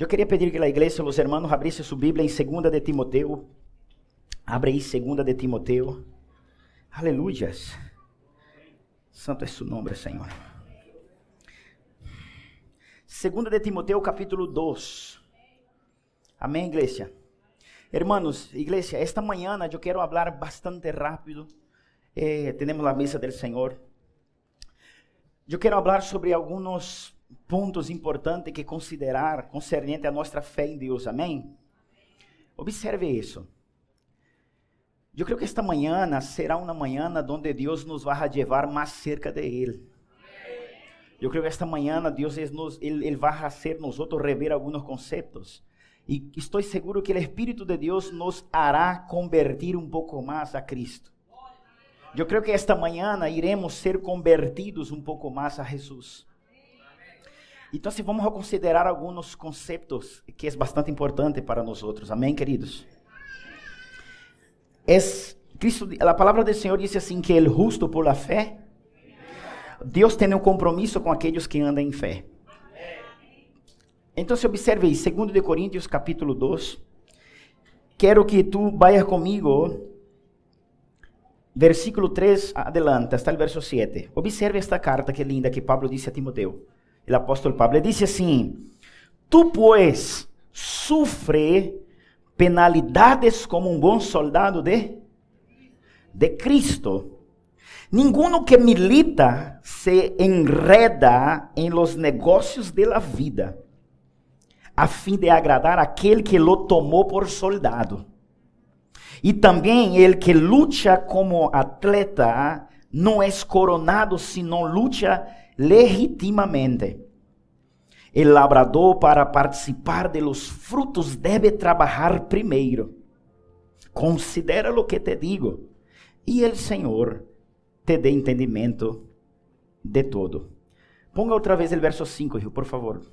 Yo quería pedir que la iglesia, los hermanos, abriese su Biblia en 2 de Timoteo. Abre ahí 2 de Timoteo. Aleluyas. Santo es su nombre, Señor. 2 de Timoteo capítulo 2. Amén, iglesia. Hermanos, iglesia, esta mañana yo quiero hablar bastante rápido. Tenemos la mesa del Señor. Yo quiero hablar sobre algunos pontos importantes que considerar concernente a nuestra fé em Deus, amém? Observe isso. Eu creio que esta manhã será uma manhã onde Deus nos vai levar mais cerca de Ele. Eu creio que esta manhã Deus Ele vai fazer nós rever alguns conceitos. E estou seguro que o Espírito de Deus nos hará convertir um pouco mais a Cristo. Eu creio que esta manhã iremos ser convertidos um pouco mais a Jesus. Então, vamos a considerar alguns conceitos que é bastante importante para nós outros. Amém, queridos? A palavra do Senhor diz assim que o justo por la fé, Deus tem um compromisso com aqueles que andam em fé. Então, observe aí, 2 de Coríntios capítulo 2. Quero que tu vayas comigo, versículo 3 adelante, hasta o verso 7. Observe esta carta que linda que Pablo disse a Timoteo. O apóstolo Pablo, ele disse assim: Tu, pues, sufre penalidades como um bom soldado de Cristo. Ninguno que milita se enreda em los negócios de la vida, a fim de agradar aquele que lo tomou por soldado. E também el que luta como atleta não é coronado, sino luta legitimamente. El labrador, para participar de los frutos, debe trabajar primeiro. Considera lo que te digo, e el Senhor te dê entendimento de todo. Ponga outra vez o verso 5, hijo, por favor.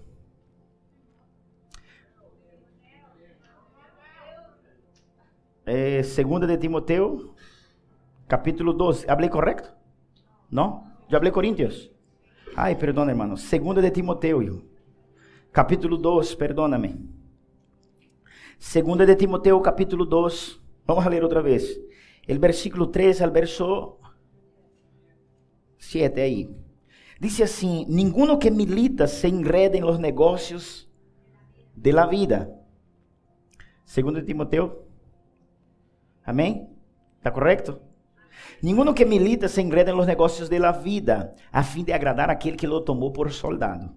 Segunda de Timoteo, capítulo 2. ¿Hablé correcto? ¿No? ¿Yo hablé Corintios? Ai, perdona, hermano. 2 de Timoteo, hijo. Capítulo 2, perdóname. 2 de Timoteo, capítulo 2. Vamos a ler outra vez. El versículo 3 al verso 7 aí. Dice assim: Ninguno que milita se enreda en los negocios de la vida. 2 de Timoteo. Amém? ¿Está correto? Ninguno que milita se enreda en los negocios de la vida, a fim de agradar aquele que lo tomou por soldado.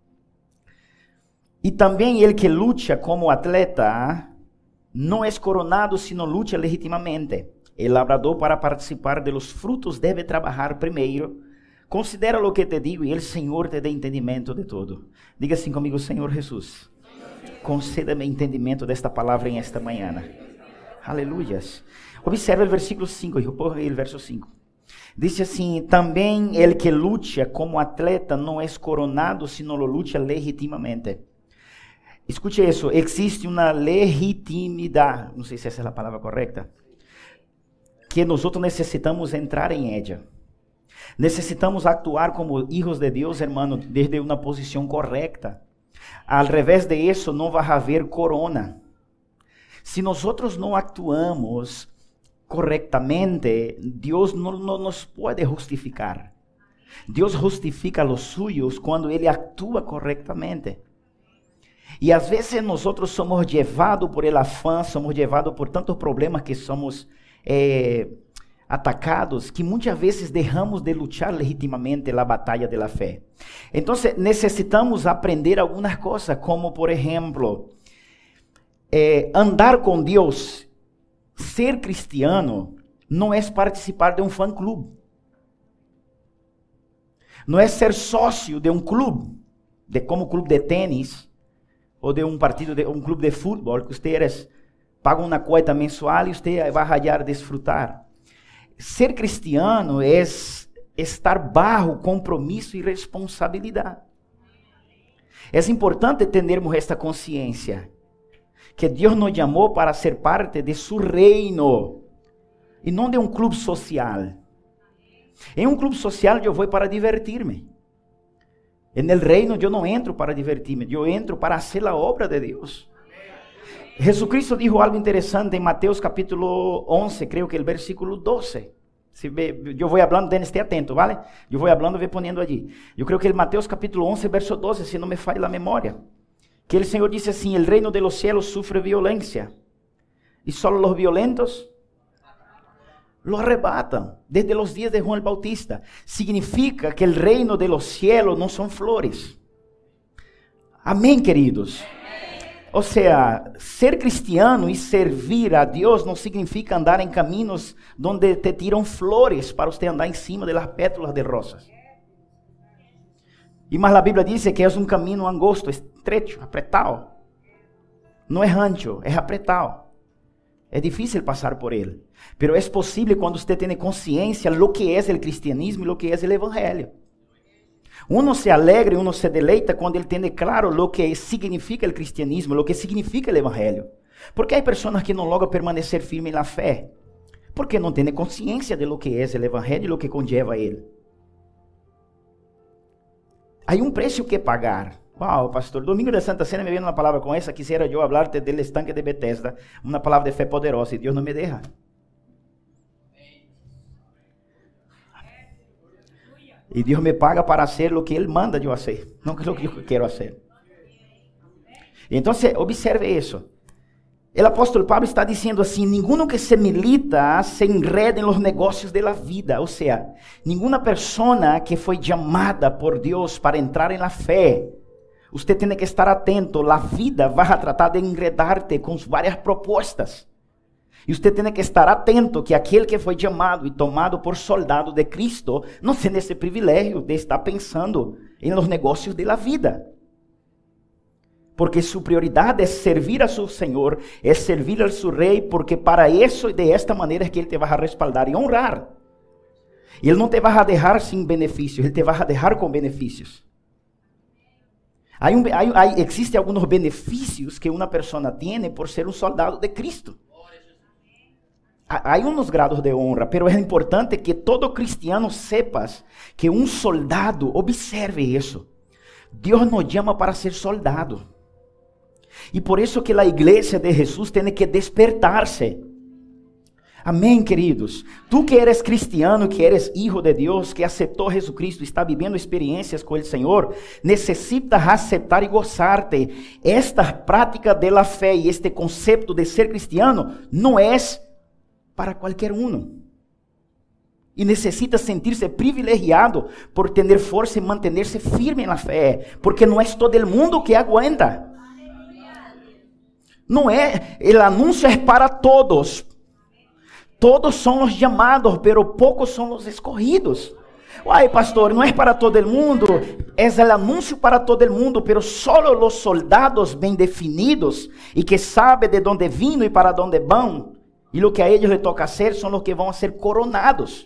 E também el que luta como atleta não é coronado, sino luta legitimamente. El labrador, para participar de los frutos, deve trabalhar primeiro. Considera lo que te digo, e el Senhor te dê entendimento de todo. Diga assim comigo: Senhor Jesus, conceda-me entendimento desta palavra em esta manhã. Aleluias. Observe o versículo 5, eu ponho aí o verso 5. Diz assim: Também el que luta como atleta não é coronado, sino lo luta legitimamente. Escute isso, existe uma legitimidade, não sei se essa é a palavra correta, que nós necessitamos entrar em ella. Necessitamos actuar como hijos de Deus, hermano, desde uma posição correta. Al revés de isso, não vai haver corona. Se nós não actuamos correctamente, Deus não nos pode justificar. Deus justifica los suyos quando Ele atua corretamente. E às vezes nós somos levados por el afã, somos levados por tantos problemas que somos atacados, que muitas vezes deixamos de lutar legitimamente a batalha da fé. Então necessitamos aprender algumas coisas, como por exemplo, andar com Deus. Ser cristiano não é participar de um fã-clube. Não é ser sócio de um clube, como clube de tênis, ou de um partido, de um clube de futebol, que ustedes pagam uma cuota mensual e você vai rayar, desfrutar. Ser cristiano é estar bajo compromisso e responsabilidade. É importante termos esta consciência, que Deus nos chamou para ser parte de su reino, e não de um clube social. Em um clube social eu vou para divertir-me. En el reino yo no entro para divertirme, yo entro para hacer la obra de Dios. Jesucristo dijo algo interesante en Mateos capítulo 11, creo que el versículo 12. Yo voy hablando, esté atento, ¿vale? Yo voy hablando, voy poniendo allí. Yo creo que el Mateos capítulo 11, verso 12, si no me falla la memoria. Que el Señor dice así: el reino de los cielos sufre violencia, y solo los violentos lo arrebatan. Desde los días de Juan el Bautista. Significa que el reino de los cielos no son flores. Amén, queridos. O sea, ser cristiano y servir a Dios no significa andar en caminos donde te tiran flores para usted andar encima de las pétalas de rosas. Y más la Biblia dice que es un camino angosto, estrecho, apretado. No es ancho, es apretado. Es difícil pasar por él. Pero es posible cuando usted tiene conciencia de lo que es el cristianismo y lo que es el evangelio. Uno se alegra y uno se deleita cuando él tiene claro lo que significa el cristianismo, lo que significa el evangelio. Porque hay personas que no logran permanecer firmes en la fe, porque no tienen conciencia de lo que es el evangelio y lo que conlleva él. Hay un precio que pagar. Wow, pastor, domingo de Santa Cena me viene una palabra con esa. Quisiera yo hablarte del estanque de Bethesda, una palabra de fe poderosa, y Dios no me deja. Y Dios me paga para hacer lo que Él manda yo hacer, no lo que yo quiero hacer. Entonces, observe eso. El apóstol Pablo está diciendo así: ninguno que se milita se enreda en los negocios de la vida. O sea, ninguna persona que fue llamada por Dios para entrar en la fe, usted tiene que estar atento. La vida va a tratar de enredarte con varias propuestas. Y usted tiene que estar atento que aquel que foi chamado e tomado por soldado de Cristo não tenha esse privilégio de estar pensando em los negócios de la vida. Porque su prioridade é servir a su Senhor, é servir a su Rei, porque para isso e de esta maneira é que Ele te vai respaldar e honrar. E Ele não te vai deixar sem benefícios, Ele te vai deixar com benefícios. Existen alguns benefícios que uma pessoa tem por ser um soldado de Cristo. Há uns grados de honra, pero é importante que todo cristiano sepas que um soldado, observe isso, Deus nos chama para ser soldado. E por isso que a igreja de Jesus tem que despertar-se. Amém, queridos? Tu que eres cristiano, que eres hijo de Deus, que aceitou Jesucristo, está vivendo experiências com o Senhor, necessitas aceitar e gozar-te. Esta prática de la fé e este conceito de ser cristiano não é para qualquer um. E necessita sentir-se privilegiado por ter força e manter-se firme na fé, porque não é todo el mundo que aguenta. Não é, o anúncio é para todos. Todos são os chamados, pero poucos são os escolhidos. Uai, pastor, não é para todo el mundo, é o anúncio para todo el mundo, pero solo os soldados bem definidos e que sabem de onde vino e para onde vão. E o que a eles lhe toca ser são os que vão ser coronados.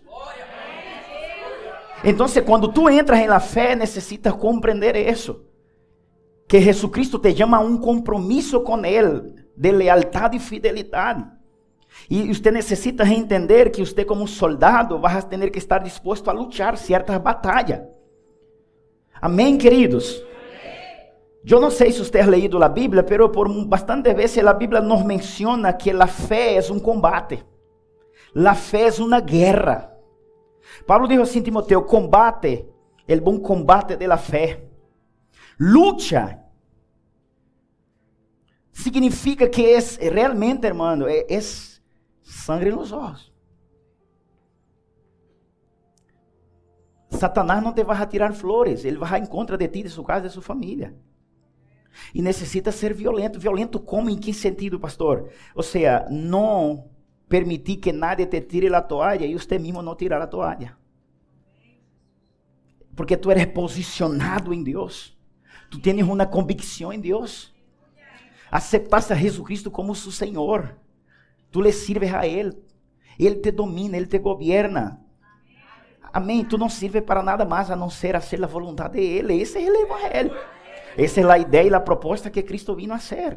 Então, quando tu entras em la fé, necessitas compreender isso. Que Jesucristo te chama a um compromisso com Ele, de lealtade e fidelidade. E você necessita entender que você, como soldado, vai ter que estar disposto a lutar certas batalhas. Amém, queridos? Eu não sei se você ha leído a Bíblia, pero por bastantes vezes a Bíblia nos menciona que a fé é um combate. A fé é uma guerra. Pablo dijo assim, Timoteo: combate el bom combate de la fé. Lucha significa que é realmente, hermano, é sangue nos olhos. Satanás não te vai atirar flores, ele vai em contra de ti, de sua casa, de sua família. E necessita ser violento. Violento como? Em que sentido, pastor? Ou seja, não permitir que nadie te tire a toalha e você mesmo não tirar a toalha. Porque tu eres posicionado em Deus. Tu tienes uma convicção em Deus. Aceptaste a Jesucristo como su Senhor. Tu le sirves a Ele. Ele te domina, Ele te governa. Amém? Tu não sirves para nada mais a não ser hacer a vontade de Ele. Esse é o evangelho. Essa é a ideia e a proposta que Cristo vino a ser.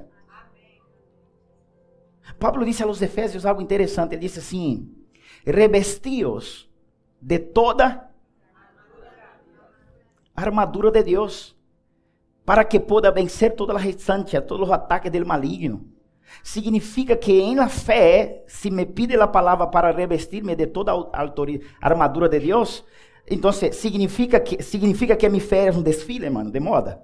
Pablo disse a los Efésios algo interessante. Ele disse assim: revestíos de toda armadura de Dios, para que pueda vencer todas las instancias, todos los ataques del maligno. Significa que en la fe, si me pide la palabra para revestirme de toda armadura de Dios, entonces significa que mi fe es un desfile, hermano, de moda.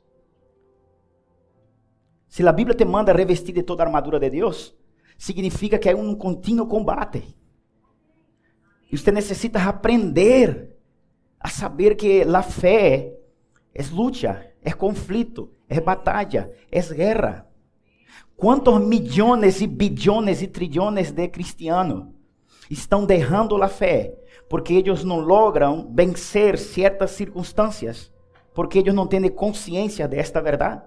Si la Biblia te manda revestir de toda armadura de Dios, significa que hay un continuo combate. Y usted necesita aprender a saber que la fe es lucha, es conflicto, es batalla, es guerra. ¿Cuántos millones y billones y trillones de cristianos están dejando la fe porque ellos no logran vencer ciertas circunstancias, porque ellos no tienen conciencia de esta verdad?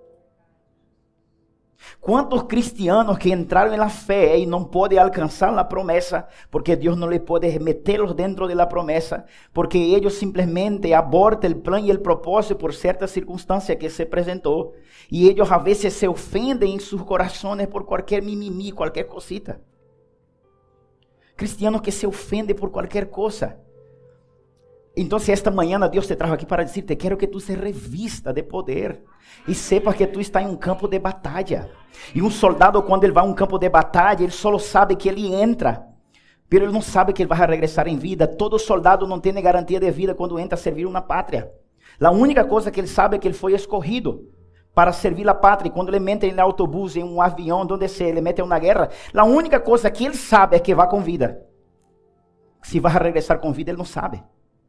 ¿Cuántos cristianos que entraron en la fe y no pueden alcanzar la promesa porque Dios no les puede meterlos dentro de la promesa, porque ellos simplemente abortan el plan y el propósito por ciertas circunstancias que se presentó, y ellos a veces se ofenden en sus corazones por cualquier mimimi, cualquier cosita? Cristianos que se ofenden por cualquier cosa. Entonces esta mañana Dios te trajo aquí para decirte: quiero que tú se revista de poder y sepas que tú estás en un campo de batalla. Y un soldado, cuando él va a un campo de batalla, él solo sabe que él entra, pero él no sabe que él va a regresar en vida. Todo soldado no tiene garantía de vida cuando entra a servir una patria. La única cosa que él sabe es que él fue escogido para servir la patria. Y cuando le mete en el autobús, en un avión, donde sea, le mete en una guerra, la única cosa que él sabe es que va con vida. Si va a regresar con vida, él no sabe.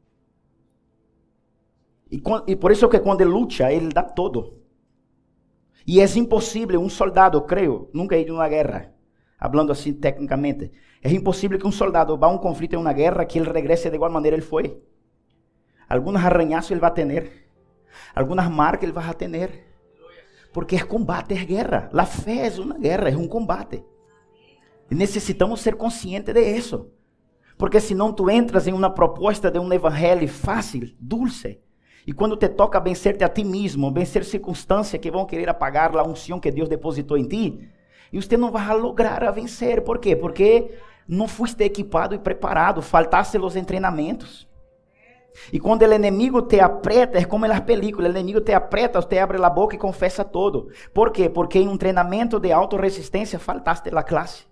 Y por eso que cuando él lucha, él da todo. Y es imposible un soldado, creo, nunca he ido a una guerra, hablando así técnicamente, es imposible que un soldado va a un conflicto en una guerra que él regrese de igual manera él fue. Algunos arañazos él va a tener, algunas marcas él va a tener, porque es combate, es guerra. La fe es una guerra, es un combate. Y necesitamos ser conscientes de eso, porque senão tú entras en una propuesta de un evangelio fácil, dulce. E quando te toca vencerte a ti mesmo, vencer circunstâncias que vão querer apagar a unção que Deus depositou em ti, e você não vai lograr a vencer. ¿Por quê? Porque não fuiste equipado e preparado, faltaste os treinamentos. E quando o inimigo te aprieta, é como nas películas, o inimigo te aprieta, você abre a boca e confessa todo. ¿Por quê? Porque em um treinamento de autorresistência faltaste a classe.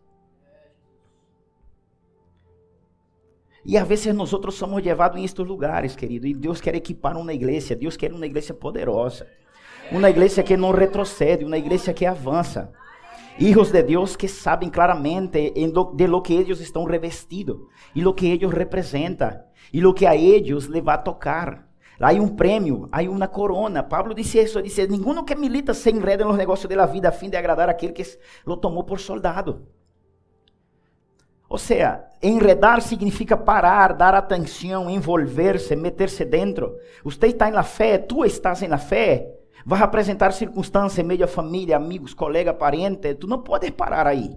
E às vezes nós somos levados em estes lugares, querido, e Deus quer equipar uma igreja. Deus quer uma igreja poderosa, uma igreja que não retrocede, uma igreja que avança. Hijos de Deus que sabem claramente de lo que eles estão revestidos, e lo que eles representam, e lo que a eles le va a tocar. Há um prêmio, há uma corona. Pablo disse isso, disse: ninguno que milita se enreda nos negócios da vida a fim de agradar aquele que lo tomou por soldado. Ou seja, enredar significa parar, dar atenção, envolver-se, meter-se dentro. Você está na fé, tu estás na fé, vai apresentar circunstâncias, meio a família, amigos, colega, parente, tu não podes parar aí.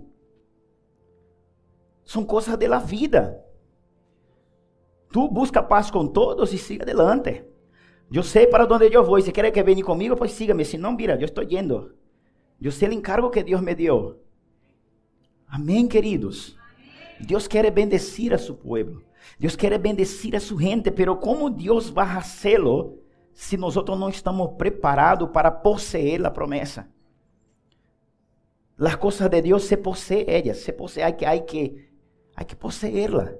São coisas da vida. Tu busca paz com todos e siga adelante. Eu sei para onde eu vou, se quer que venha comigo, pues sígame, se não, mira, eu estou yendo. Eu sei o encargo que Deus me deu. Amém, queridos. Deus quer bendecir a su pueblo. Deus quer bendecir a su gente, pero como Deus vai fazê-lo se nós não estamos preparados para poseer a promessa? As coisas de Deus se posee ellas, se posee, hay que poseerla.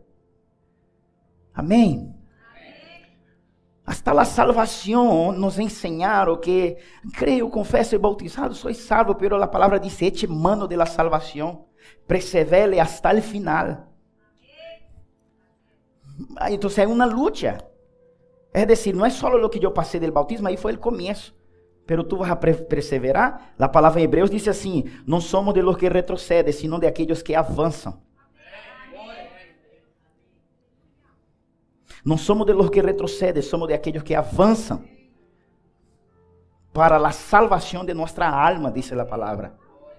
Amém. Hasta a salvação nos ensinaram que creio, confesso e bautizado, sou salvo, pero a palavra diz: eche mano de la salvação. Persevere hasta el final. Entonces hay una lucha. Es decir, no es solo lo que yo pasé del bautismo, ahí fue el comienzo. Pero tú vas a perseverar. La palabra en Hebreos dice así: no somos de los que retroceden, sino de aquellos que avanzan. No somos de los que retroceden, somos de aquellos que avanzan para la salvación de nuestra alma, dice la palabra.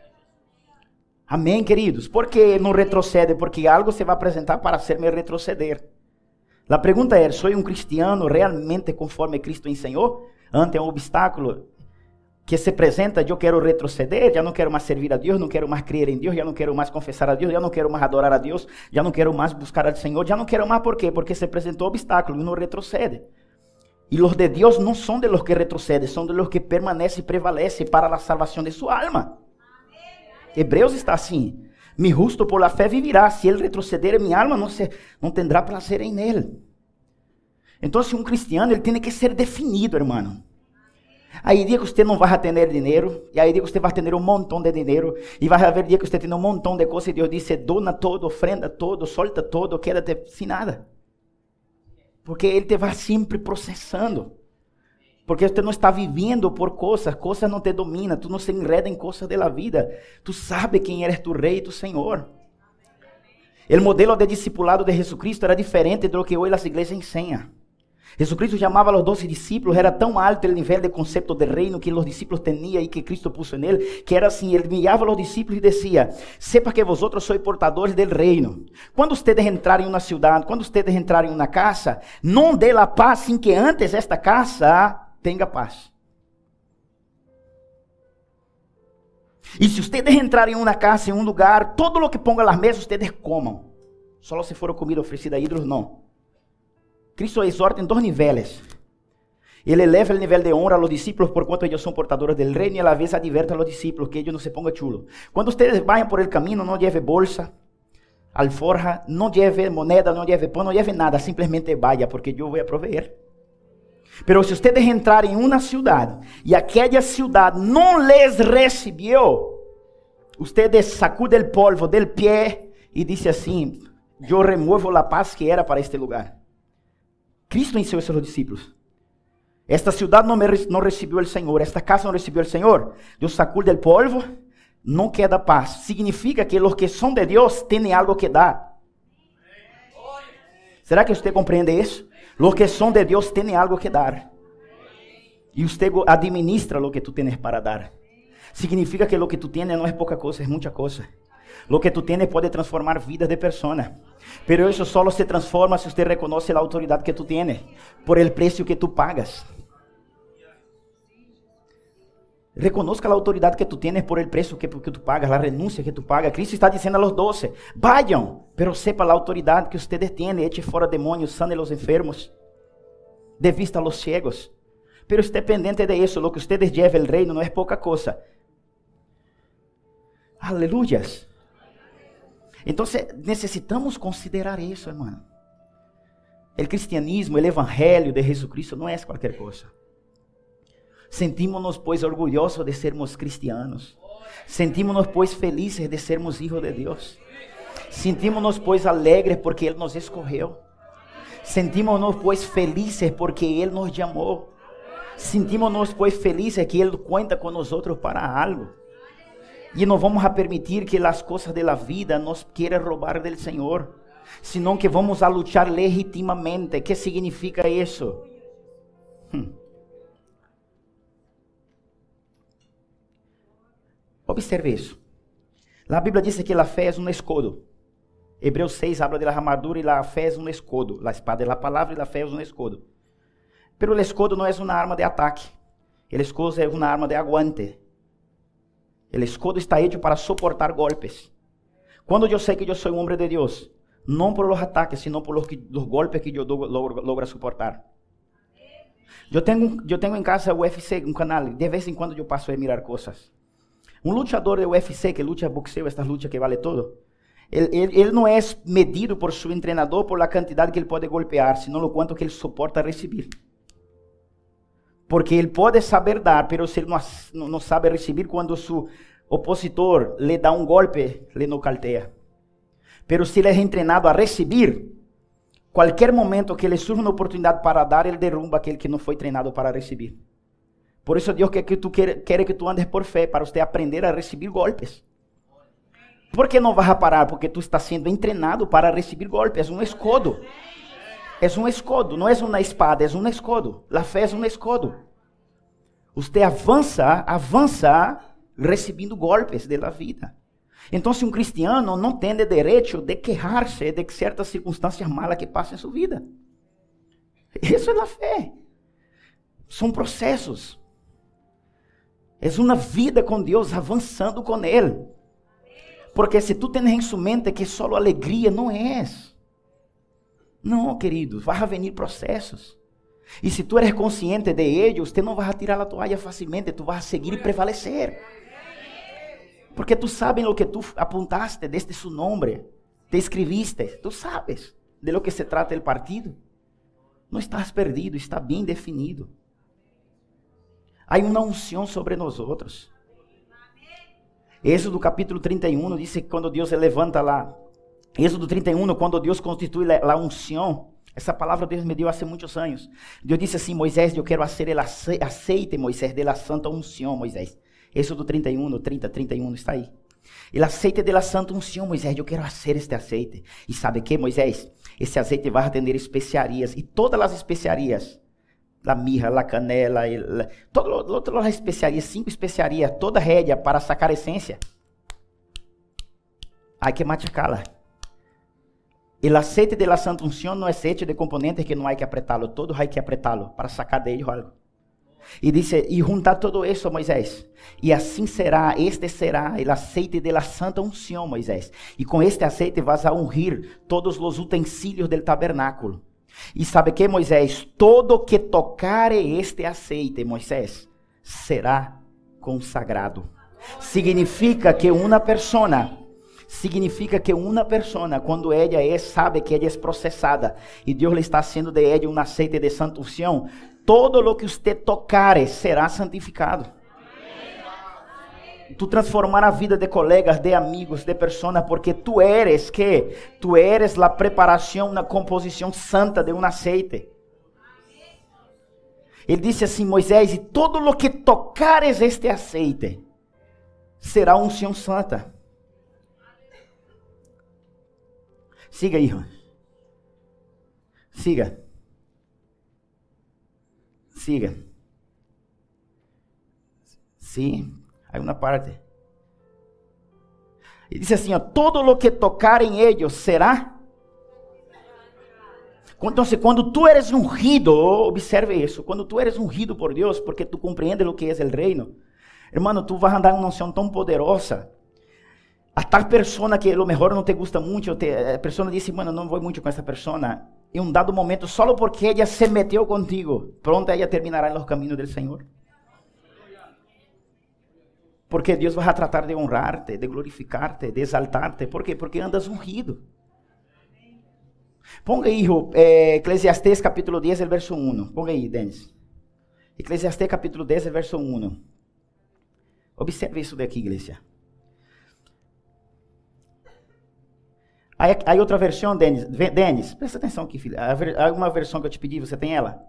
Amém, queridos? ¿Por que não retrocede? Porque algo se vai apresentar para hacerme retroceder. A pergunta é: sou um cristiano realmente conforme Cristo ensinou? Ante um obstáculo que se apresenta, eu quero retroceder, já não quero mais servir a Deus, não quero mais crer em Deus, já não quero mais confessar a Deus, já não quero mais adorar a Deus, já não quero mais buscar ao Senhor, já não quero mais. ¿Por quê? Porque se apresentou obstáculo e não retrocede. Y los de Dios no son de los que retroceden, son de los que permanecen y prevalecen para la salvación de su alma. Hebreos está así. Mi justo por la fe vivirá. Si él retroceder, mi alma no tendrá placer en él. Entonces un cristiano, él tiene que ser definido, hermano. Hay días que usted no va a tener dinero, y hay días que usted va a tener un montón de dinero, y va a haber días que usted tiene un montón de cosas, y Dios dice, dona todo, ofrenda todo, solta todo, quédate sin nada. Porque Él te va siempre procesando. Porque usted no está viviendo por cosas no te dominam, tú no se enreda en cosas de la vida. Tú sabes quién eres tu Rey y tu Señor. El modelo de discipulado de Jesucristo era diferente de lo que hoy las iglesias enseñan. Jesucristo llamaba a los 12 discípulos, era tão alto el nivel de concepto del reino que los discípulos tenían y que Cristo puso en él, que era así, él miraba a los discípulos y decía, sepa que vosotros sois portadores del reino. Cuando ustedes entrarem en una ciudad, cuando ustedes entrarem en una casa, no dé la paz sin que antes esta casa tenga paz. Y si ustedes entrarem en una casa, en un lugar, todo lo que ponga las mesas, ustedes coman. Solo si fuera comida ofrecida a ídolos, no. Cristo exorta en 2 niveles. Ele eleva o nível de honra a los discípulos por cuanto ellos son portadores del reino y a la vez advierte a los discípulos que ellos no se pongan chulos. Cuando ustedes vayan por el camino, no lleve bolsa, alforja, no lleve moneda, no lleve pan, no lleve nada, simplemente vaya porque yo voy a proveer. Pero si ustedes entrarem en una ciudad y aquella ciudad no les recibió, ustedes sacuden el polvo del pie y dice así, yo remuevo la paz que era para este lugar. Cristo enseñó eso a los discípulos. Esta ciudad no recibió el Señor, esta casa no recibió el Señor. Dios sacude el polvo, no queda paz. Significa que los que son de Dios tienen algo que dar. ¿Será que usted comprende eso? Los que son de Dios tienen algo que dar. Y usted administra lo que tú tienes para dar. Significa que lo que tú tienes no es poca cosa, es mucha cosa. Lo que tú tienes puede transformar vidas de personas. Pero eso solo se transforma si usted reconoce la autoridad que tú tienes, por el precio que tú pagas. Reconozca la autoridad que tú tienes por el precio que tú pagas, la renuncia que tú pagas. Cristo está diciendo a los 12, vayan, pero sepa la autoridad que ustedes tienen, eche fuera demonios, sane los enfermos, dé vista a los ciegos. Pero esté pendiente de eso, lo que ustedes lleven el reino no es poca cosa. Aleluyas. Entonces necesitamos considerar eso, hermano. El cristianismo, el evangelio de Jesucristo no es cualquier cosa. Sentímonos pues orgullosos de sermos cristianos. Sentímonos pues felices de sermos hijos de Dios. Sentímonos pues alegres porque Él nos escogió. Sentímonos pues felices porque Él nos llamó. Sentímonos pues felices que Él cuenta con nosotros para algo. Y no vamos a permitir que las cosas de la vida nos quieran robar del Señor, sino que vamos a luchar legítimamente. ¿Qué significa eso? Observe eso. La Biblia dice que la fe es un escudo. Hebreos 6 habla de la armadura y la fe es un escudo. La espada es la palabra y la fe es un escudo. Pero el escudo no es una arma de ataque. El escudo es una arma de aguante. El escudo está hecho para soportar golpes. Cuando yo sé que yo soy un hombre de Dios, no por los ataques, sino por los golpes que yo logro soportar. Yo tengo en casa UFC, un canal, de vez en cuando yo paso a mirar cosas. Un luchador de UFC que lucha boxeo, estas luchas que vale todo, él no es medido por su entrenador por la cantidad que él puede golpear, sino lo cuanto que él soporta recibir. Porque él puede saber dar, pero si él no sabe recibir, cuando su opositor le da un golpe, le nocautea. Pero si él es entrenado a recibir, cualquier momento que le surja una oportunidad para dar, él derrumba aquel que no fue entrenado para recibir. Por eso Dios quiere que tú andes por fe, para usted aprender a recibir golpes. ¿Por qué no vas a parar? Porque tú estás siendo entrenado para recibir golpes. Es un escudo. Es un escudo, no es una espada, es un escudo. La fe es un escudo. Usted avanza recibiendo golpes de la vida. Entonces un cristiano no tiene derecho de quejarse de ciertas circunstancias malas que pasan en su vida. Eso es la fe. Son procesos. Es una vida con Dios, avanzando con Él. Porque si tú tienes en su mente que solo alegría, no es. No, queridos, vai haver processos. Y si tú eres consciente de ello, usted no vas a tirar la toalla fácilmente, tú vas a seguir y prevalecer. Porque tú sabes lo que tú apuntaste desde su nombre, te escribiste, tú sabes de lo que se trata el partido. No estás perdido, está bien definido. Hay una unción sobre nosotros. Éxodo capítulo 31 dice que cuando Dios se levanta lá. Éxodo 31, cuando Dios constituye la unción. Essa palavra Deus me deu há muitos anos. Deus disse assim: Moisés, eu quero ser el aceite, Moisés, de la santa unção, Moisés. Éxodo 31, 30, 31, está aí. El aceite de la santa unção, Moisés, eu quero ser este aceite. E sabe que, Moisés? Esse azeite vai ter especiarias. E todas as especiarias, la mirra, la canela, todas as especiarias, 5 especiarias, toda rédea para sacar a essência. Hay que machucá-la. El aceite de la santa unción no es hecho de componentes que no hay que apretarlo, todo hay que apretarlo para sacar de ellos algo. Y dice, y juntar todo eso, Moisés, y así será, este será el aceite de la santa unción, Moisés. Y con este aceite vas a ungir todos los utensilios del tabernáculo. Y sabe que, Moisés, todo que tocare este aceite, Moisés, será consagrado. Significa que uma persona, quando ela sabe que ela é processada, e Deus lhe está haciendo de ela um aceite de santa unção, todo lo que usted tocare será santificado. Tu transformar a vida de colegas, de amigos, de personas, porque tu eres a preparação, a composição santa de um aceite. Ele disse assim, Moisés, e todo lo que tocares este aceite será unção santa. Siga, hijo. Siga. Siga. Sim, hay uma parte. E diz assim, ó, todo lo que tocar em ellos será. Então, quando tu eres ungido, observe isso, quando tu eres ungido por Deus, porque tu compreendes o que é o reino, hermano, tu vas a andar uma unção tão poderosa. A tal persona que a lo mejor não te gusta muito, a persona dice, mano, não vou muito com essa persona. Em um dado momento, só porque ela se meteu contigo, pronto, ela terminará em los caminos del Senhor. Porque Deus vai tratar de honrar-te, de glorificar-te, de exaltar-te. ¿Por quê? Porque andas ungido. Ponga aí, Eclesiastés capítulo 10, el verso 1. Ponga aí, Denis. Eclesiastés capítulo 10, el verso 1. Observe isso daqui, igreja. Há outra versão, Denis, presta atenção aqui, filho. Há uma versão que eu te pedi, você tem ela?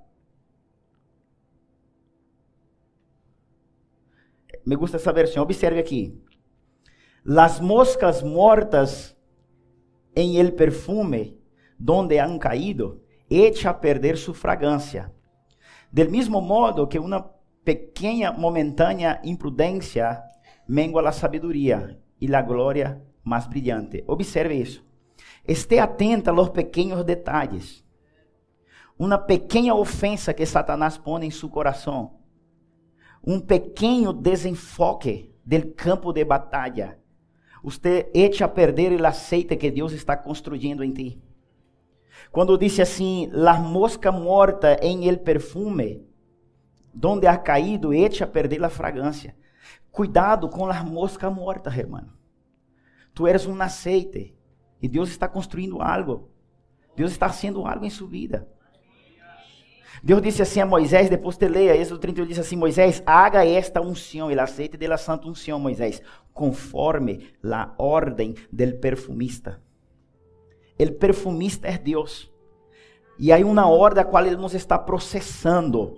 Me gusta essa versão, observe aqui. Las moscas muertas en el perfume donde han caído, echa a perder su fragancia. Del mismo modo que una pequeña momentánea imprudencia mengua la sabiduría y la gloria más brillante. Observe isso. Esté atenta a los pequeños detalles. Una pequeña ofensa que Satanás pone en su corazón. Un pequeño desenfoque del campo de batalla. Usted echa a perder el aceite que Dios está construyendo en ti. Quando disse assim, la mosca muerta en el perfume, donde ha caído, echa a perder la fragancia. Cuidado com las moscas muertas, hermano. Tu eres um aceite. E Deus está construindo algo. Deus está haciendo algo em sua vida. Deus disse assim a Moisés, depois te leia, Êxodo 31 diz assim, Moisés, haga esta unção, el aceite de la santa unção, Moisés, conforme la orden del perfumista. El perfumista é Deus. E há uma ordem a qual Ele nos está processando.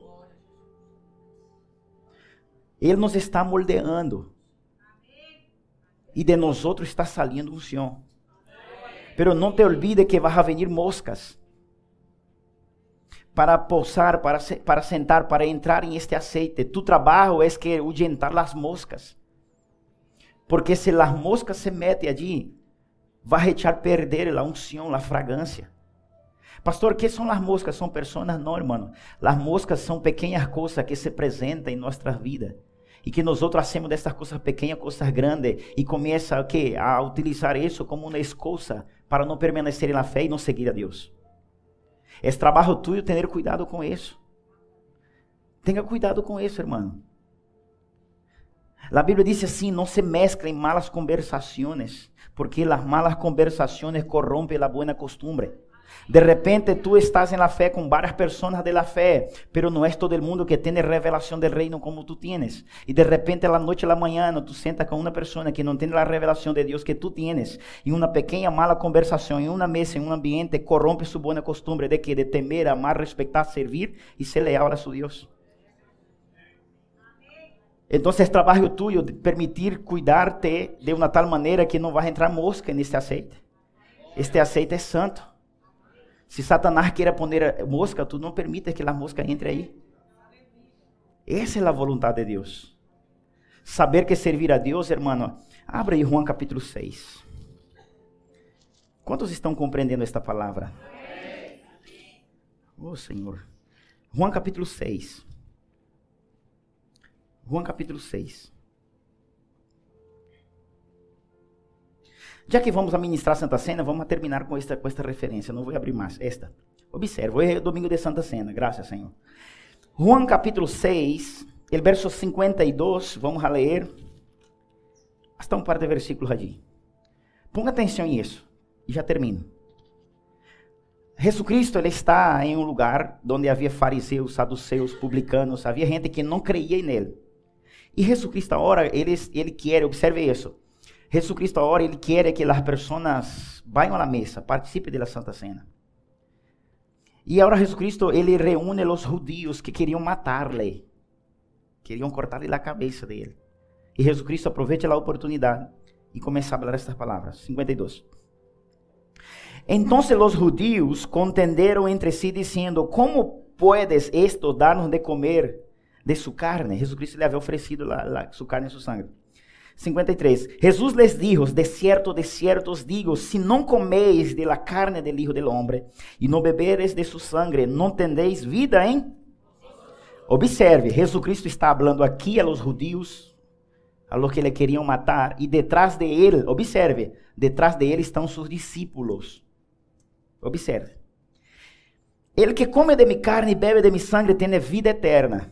Ele nos está moldeando. E de nós outros está saliendo unção. Pero não te olvide que vai venir moscas para pousar, para sentar, para entrar em este aceite. Tu trabalho é que ahuyentar as moscas. Porque se as moscas se metem allí, vai echar perder a unção, a fragrância. Pastor, ¿qué son las moscas? ¿Son personas? No, hermano. Las moscas son pequeñas cosas que se presentan en nuestras vidas. Y que nosotros hacemos de estas cosas pequeñas, cosas grandes. Y comienza a utilizar eso como una excusa para no permanecer en la fe y no seguir a Dios. Es trabajo tuyo tener cuidado con eso. Tenga cuidado com isso, irmão. A Bíblia diz assim, não se mezclen malas conversações, porque as malas conversações corrompem a boa costumbre. De repente, tú estás en la fe con varias personas de la fe, pero no es todo el mundo que tiene revelación del reino como tú tienes. Y de repente, a la noche a la mañana, tú sientas con una persona que no tiene la revelación de Dios que tú tienes. Y una pequeña mala conversación en una mesa, en un ambiente, corrompe su buena costumbre de que de temer, amar, respetar, servir y ser leal a su Dios. Entonces, es trabajo tuyo de permitir cuidarte de una tal manera que no vas a entrar mosca en este aceite. Este aceite es santo. Se Satanás quiera poner mosca, tú no permites que la mosca entre ahí. Esa es la voluntad de Dios. Saber que servir a Dios, hermano. Abra aí Juan capítulo 6. ¿Cuántos estão compreendendo esta palavra? Oh, Senhor. Juan capítulo 6. Juan capítulo 6. Já que vamos a ministrar Santa Cena, vamos terminar com esta referência. Não vou abrir mais esta. Observe, hoje é o domingo de Santa Cena. Graças, Senhor. Juan capítulo 6, el verso 52, vamos a ler. Hasta um par de versículos allí. Ponga atenção nisso. E já termino. Jesucristo, ele está em um lugar onde havia fariseus, saduceus, publicanos. Havia gente que não creia nele. E Jesucristo agora, ele quer, observe isso. Jesucristo agora, ele quer que as pessoas vayam à mesa, participem da Santa Cena. E agora Jesucristo, ele reúne os judíos que queriam matar-lhe. Queriam cortar-lhe a cabeça dele. E Jesucristo aproveita a oportunidade e começa a falar estas palavras. 52. Então os judíos contenderam entre si, dizendo: Como puedes esto dar-nos de comer de sua carne? Jesucristo lhe havia oferecido sua carne e sua sangue. 53. Jesús les dijo: de cierto os digo, si no coméis de la carne del Hijo del Hombre y no beberes de su sangre, no tendréis vida en... Observe, Jesucristo está hablando aquí a los judíos, a los que le querían matar, y detrás de él, observe, detrás de él están sus discípulos. Observe. El que come de mi carne y bebe de mi sangre tiene vida eterna,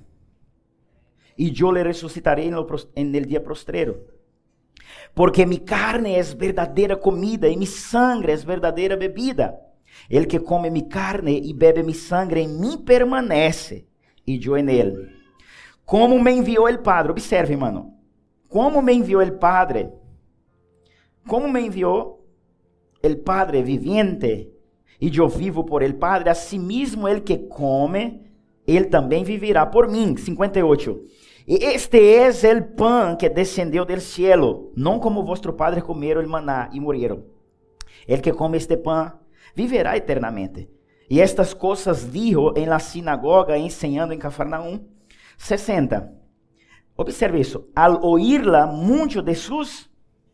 y yo le resucitaré en el día postrero. Porque mi carne es verdadera comida y mi sangre es verdadera bebida. El que come mi carne y bebe mi sangre en mí permanece, y yo en él. Como me envió el Padre, observe, hermano, como me envió el Padre, como me envió el Padre viviente, y yo vivo por el Padre, asimismo el que come, él también vivirá por mí. 58. Este es el pan que descendió del cielo, no como vuestro padre comieron el maná y murieron. El que come este pan viverá eternamente. Y estas cosas dijo en la sinagoga enseñando en Cafarnaum. 60. Observe eso. Al oírla, muchos de sus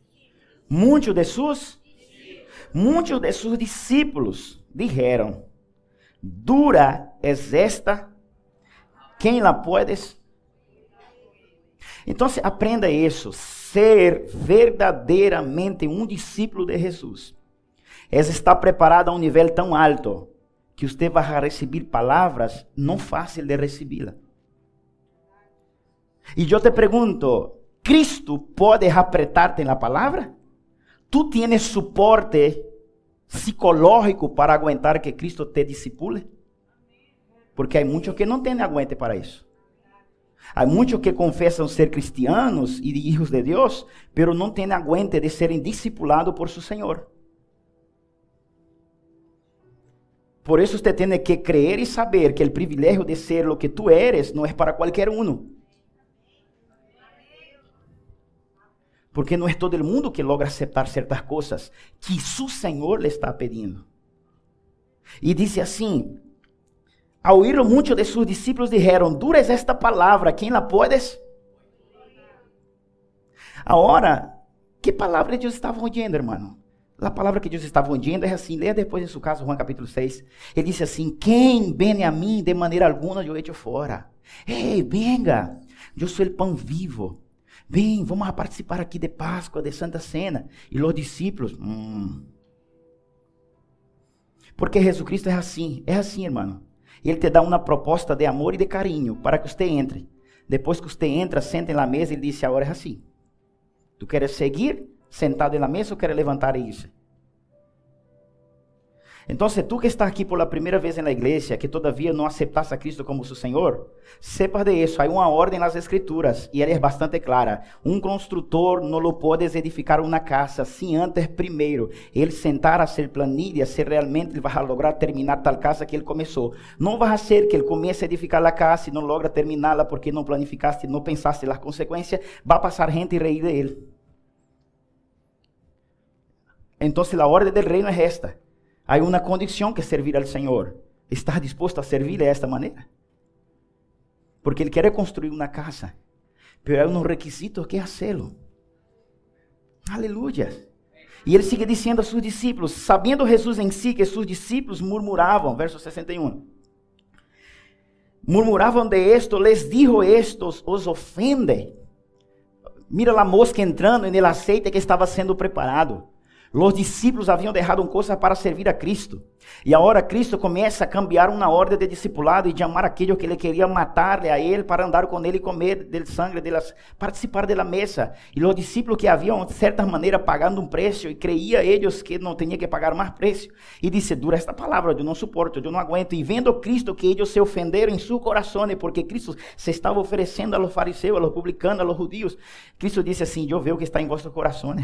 discípulos dijeron: dura es esta, ¿quién la puedes? Então, aprenda isso. Ser verdadeiramente um discípulo de Jesus é estar preparado a um nível tão alto que você vai receber palavras não fáceis de recebê-la. E eu te pergunto, ¿Cristo pode apretarte na palavra? ¿Tú tienes suporte psicológico para aguentar que Cristo te discipule? Porque há muitos que não têm aguente para isso. Há muitos que confessam ser cristianos e hijos de Deus, pero não têm aguente de serem discipulados por seu Senhor. Por isso você tem que creer e saber que o privilégio de ser o que tu eres não é para qualquer um. Porque não é todo mundo que logra aceitar certas coisas que seu Senhor lhe está pedindo. E diz assim: ao oírlo, muitos de seus discípulos dijeron: dura es esta palavra, ¿quién la puedes? Agora, que palavra Deus estava ouvindo, irmão? A palavra que Deus estava ouvindo é assim, leia depois em seu caso, Juan capítulo 6. Ele disse assim: quem vem a mim, de maneira alguma eu echo fora. Ei, venga, eu sou o pão vivo. Vem, vamos a participar aqui de Páscoa, de Santa Cena. E os discípulos, Porque Jesucristo é assim, irmão. E Ele te dá uma proposta de amor e de carinho para que você entre. Depois que você entra, senta na mesa e Ele diz, agora é assim. Tu queres seguir sentado na mesa ou queres levantar e irse? Então, tu que está aqui por primeira vez na igreja, que todavia não aceptaste a Cristo como seu Senhor, sepa de isso. Há uma ordem nas Escrituras e ela é bastante clara. Um construtor não lo pode edificar uma casa sem antes primeiro ele sentar a ser planilha se realmente ele vai lograr terminar tal casa que ele começou. Não vai ser que ele comece a edificar a casa e não logra terminá-la porque não planificaste, não pensaste nas consequências, vai passar gente e reír de ele. Então, a ordem do reino é esta. Há uma condição que é servir ao Senhor. ¿Estás disposto a servir de esta maneira? Porque Ele quer construir uma casa, pero há uns requisitos que hacerlo. Aleluia. E Ele sigue dizendo a seus discípulos, sabendo Jesus em si que seus discípulos murmuravam, verso 61. Murmuravam de esto, les dijo estos, os ofende. Mira a mosca entrando no aceite que estava sendo preparado. Os discípulos haviam deixado coisas para servir a Cristo. E agora Cristo começa a cambiar uma ordem de discipulado e chamar aquele que ele queria matar a ele para andar com ele e comer del sangue, participar da mesa. E os discípulos que haviam, de certa maneira, pagando preço e creia eles que não tinha que pagar mais preço. E disse, dura esta palavra, eu não suporto, eu não aguento. E vendo Cristo que eles se ofenderam em seus corações, porque Cristo se estava oferecendo a los fariseus, a los publicanos, a los judíos. Cristo disse assim, eu vejo o que está em vossos corações.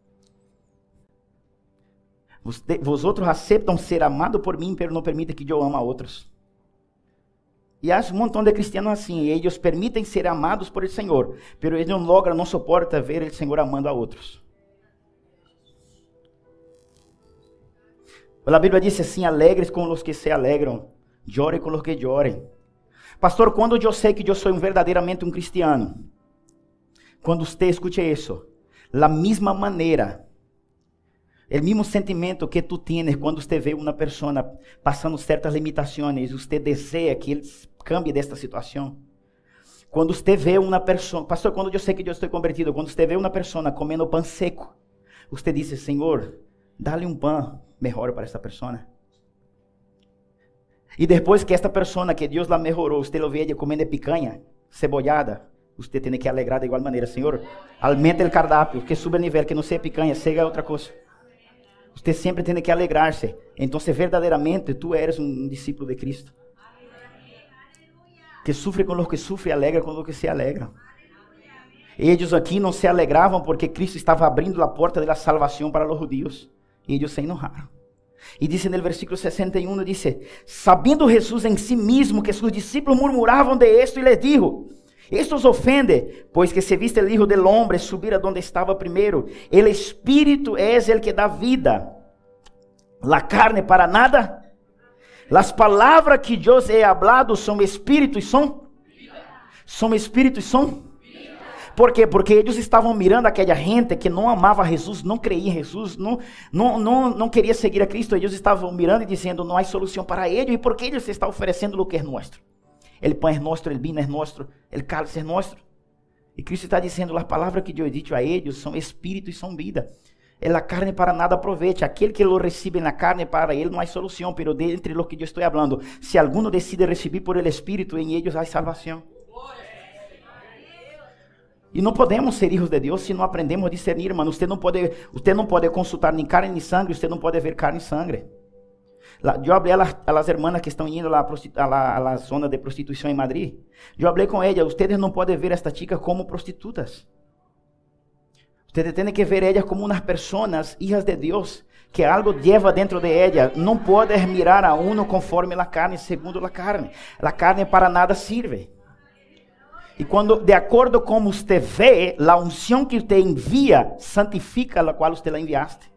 Vosotros aceptam ser amados por mim, pero não permitem que eu ame a outros. E há um montão de cristianos assim, eles permitem ser amados por el Senhor, pero eles não logram, não suportam ver o Senhor amando a outros. A Bíblia diz assim, alegres com os que se alegram, chore com os que chorem. Pastor, quando eu sei que eu sou verdadeiramente um cristiano? Quando você escute isso, da mesma maneira, o mesmo sentimento que tu tienes quando você vê uma pessoa passando certas limitações, você deseja que ele cambie desta situação. Quando você vê uma pessoa, pastor, quando eu sei que eu estou convertido, quando você vê uma pessoa comendo pão seco, você diz, Senhor, dá-lhe um pão melhor para esta pessoa. E depois que esta pessoa, que Deus la melhorou, você lo vê comendo picanha, cebollada, você tem que alegrar de igual maneira, Senhor, aumente o cardápio, que suba o nível, que não seja picanha, seja outra coisa. Você sempre tem que alegrar-se. Então, verdadeiramente, tu eres um discípulo de Cristo. Que sofre com os que sofrem, alegra com os que se alegram. Eles aqui não se alegravam porque Cristo estava abrindo a porta da salvação para os judeus. E eles se enojaram. E diz no versículo 61, diz, sabendo Jesus em si mesmo que seus discípulos murmuravam de esto, e les dijo, esto os ofende, pois que se viste el Hijo del Hombre subir a donde estava primeiro. El Espírito es el que dá vida. La carne para nada. Las palabras que eu he hablado são Espírito e são vida. São Espírito e são vida. Por quê? Porque eles estavam mirando aquela gente que não amava Jesus, não creia em Jesus, não queria seguir a Cristo. Eles estavam mirando e dizendo, não há solução para ele. E por que ele se está oferecendo o que é nosso? El pan es nuestro, el vino es nuestro, el cálice es nuestro. E Cristo está dizendo, as palavras que eu he dicho a eles são espírito e são vida. A carne para nada aproveita. Aquele que lo recibe na carne, para ele não há solução. Pero dentre lo que eu estou falando, se alguno decide receber por el espírito, em eles há salvação. E não podemos ser hijos de Deus se não aprendemos a discernir, irmão. Você não pode consultar nem carne nem sangue, você não pode ver carne e sangue. Eu falei a las hermanas que estão indo a la zona de prostituição em Madrid. Eu falei com elas, ustedes não podem ver estas chicas como prostitutas. Ustedes têm que ver elas como unas personas, hijas de Deus, que algo lleva dentro de ellas. Não podes mirar a uno conforme a carne, segundo a carne. A carne para nada sirve. E quando, de acordo com como você vê, a unção que você envia, santifica a qual você la enviaste.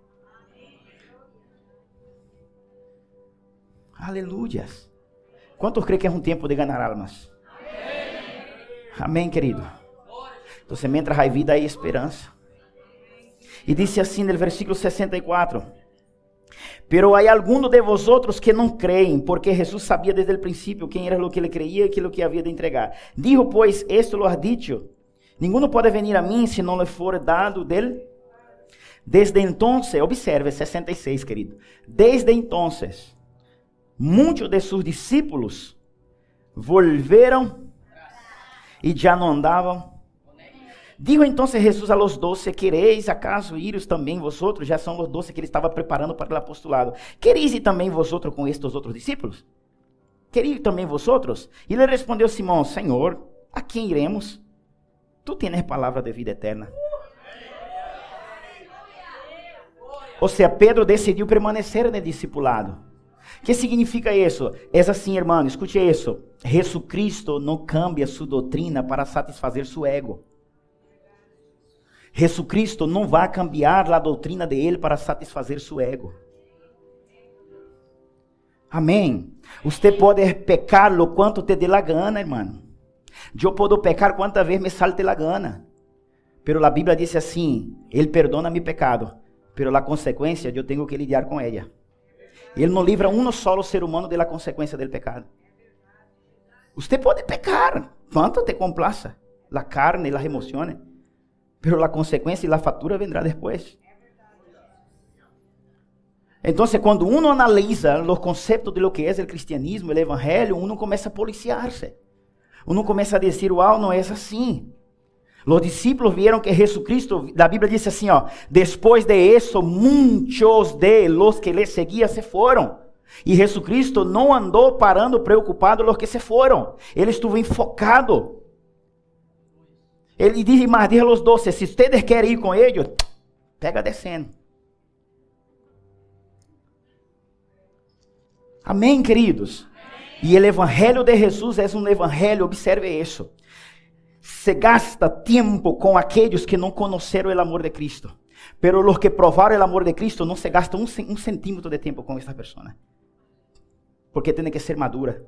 Aleluia. Quantos creem que é um tempo de ganhar almas? Amém, querido. Então, mientras há vida, há esperança. E disse assim no versículo 64: Pero há algunos de vosotros que não creem, porque Jesus sabia desde o princípio quem era o que ele creía e que lo que havia de entregar. Dijo, pues, esto lo has dicho: ninguno pode venir a mim se não lhe for dado dele. Desde entonces, observe 66, querido. Desde entonces, muchos de sus discípulos volvieron y ya no andaban. Dijo entonces Jesús a los 12, ¿queréis acaso iros también vosotros? Ya son los 12 que ele estaba preparando para el apostolado. ¿Queréis ir también vosotros con estos otros discípulos? ¿Queréis ir también vosotros? Y le respondió Simón, Señor, ¿a quién iremos? Tú tienes palabra de vida eterna. O sea, Pedro decidiu permanecer en el discipulado. ¿Qué significa eso? Es así, hermano, escuche eso. Jesucristo no cambia su doctrina para satisfazer su ego. Jesucristo não vai cambiar a doutrina de Ele para satisfazer seu ego. Amém. Você pode pecar lo quanto te dê la gana, irmão. Eu posso pecar quantas vezes me salte la gana. Pero a Bíblia diz assim, Ele perdona meu pecado, pero a consequência eu tenho que lidiar com ela. Ele não livra um solo ser humano da consequência do pecado. Você pode pecar, quanto te complaça, la carne, las emociones. Pero la consecuencia y la factura vendrá después. Entonces, cuando uno analiza los conceptos de lo que es el cristianismo, el evangelio, uno comienza a policiarse. Uno comienza a decir, wow, no es así. Los discípulos vieron que Jesucristo, la Biblia dice así, después de eso, muchos de los que le seguían se fueron. Y Jesucristo no andó parando preocupado los que se fueron. Él estuvo enfocado. Ele diz mais, diz a los 12, se ustedes querem ir com eles, pega descendo. Amém, queridos? E o evangelho de Jesus é um evangelho, observe isso. Se gasta tempo com aqueles que não conheceram o amor de Cristo. Pero os que provaram o amor de Cristo não se gastam um centímetro de tempo com esta pessoa. Porque tem que ser madura.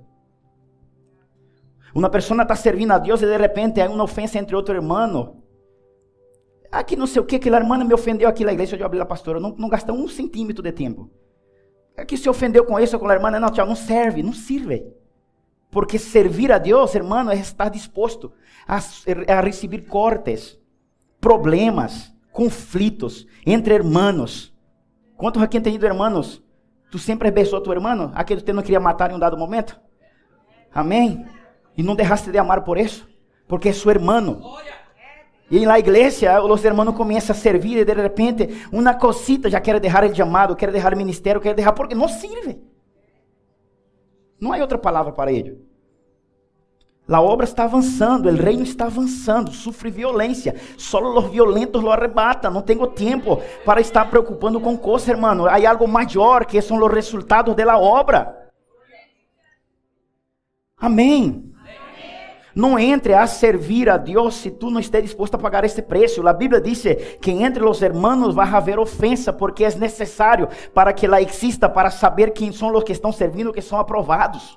Uma pessoa está servindo a Deus e de repente há uma ofensa entre outro irmão. Que não sei o que a irmã me ofendeu aqui na igreja, eu abri a pastora, não gasta um centímetro de tempo. Que se ofendeu com isso, com a irmã, não, tchau, não serve, não sirve. Porque servir a Deus, irmão, é estar disposto a receber cortes, problemas, conflitos entre irmãos. Quantos aqui têm ido irmãos? Tu sempre besou a tu irmão? Aquele que tu não queria matar em um dado momento? Amém? E não deixaste de amar por isso, porque é seu irmão. E na igreja, os irmãos começam a servir e de repente, uma cosita já quer deixar o chamado, quer deixar o ministério, quer deixar porque não serve. Não há outra palavra para ele. A obra está avançando, o reino está avançando, sofre violência. Só os violentos lo arrebatam. Não tenho tempo para estar preocupando com coisas, irmão. Há algo maior que são os resultados da obra. Amém. Não entre a servir a Deus se tu não estiver disposto a pagar esse preço. A Bíblia diz que entre os irmãos vai haver ofensa, porque é necessário para que ela exista, para saber quem são os que estão servindo, que são aprovados.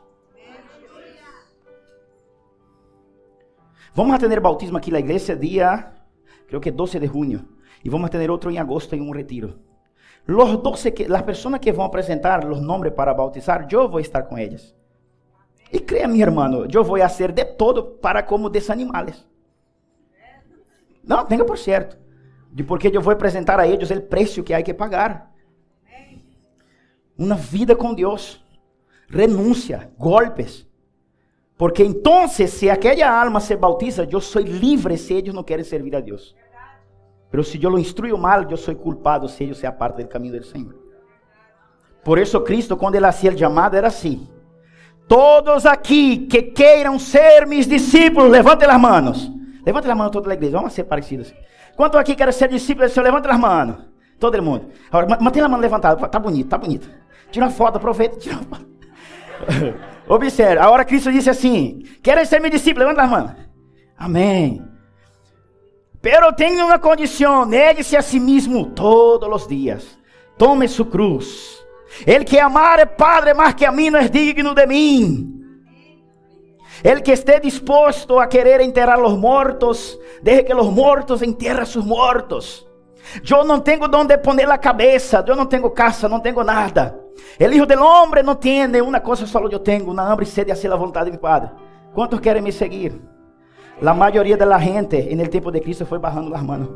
Vamos a ter bautismo aqui na igreja dia, creo que 12 de junho. E vamos a ter outro em agosto em um retiro. Los 12 as pessoas que vão apresentar os nomes para bautizar, eu vou estar com eles. E creia-me, irmão, eu vou fazer de todo para como desanimá-los. Não, tenha por certo. Porque eu vou apresentar a eles o preço que há que pagar. Uma vida com Deus. Renúncia, golpes. Porque então, se aquela alma se bautiza, eu sou livre se eles não querem servir a Deus. Mas se eu lo instruyo mal, eu sou culpado se eles se apartam do caminho do Senhor. Por isso Cristo, quando ele hacía o chamado, era assim. Todos aqui que queiram ser mis discípulos, levantem as mãos. Levantem as mãos toda a igreja, vamos ser parecidos. Quantos aqui querem ser discípulos do Senhor? Levantem as mãos. Todo mundo. Agora, mantém a mão levantada, tá bonito, tá bonito. Tira uma foto, aproveita, tira uma foto. Observe, agora Cristo disse assim, querem ser mis discípulos? Levantem as mãos. Amém. Pero tenho uma condição, negue-se a si mesmo todos os dias. Tome sua cruz. El que amar el Padre más que a mí no es digno de mí. El que esté dispuesto a querer enterrar los muertos, deje que los muertos entierren sus muertos. Yo no tengo donde poner la cabeza, yo no tengo casa, no tengo nada. El Hijo del Hombre no tiene, una cosa solo yo tengo, una hambre y sed de hacer la voluntad de mi Padre. ¿Cuántos quieren me seguir? La mayoría de la gente en el tiempo de Cristo fue bajando las manos.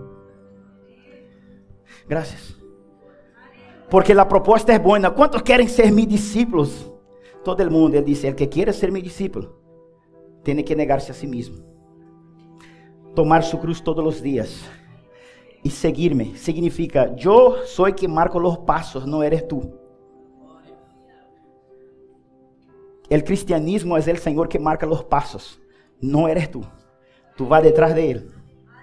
Gracias. Porque a proposta é boa. Quantos querem ser mis discípulos? Todo el mundo, él dice, el que quiere ser mi discípulo, tiene que negarse a sí mismo. Tomar su cruz todos los días. Y seguirme. Significa, yo soy quien marco los pasos, no eres tú. El cristianismo es el Señor que marca los pasos, no eres tú. Tú vas detrás de Él.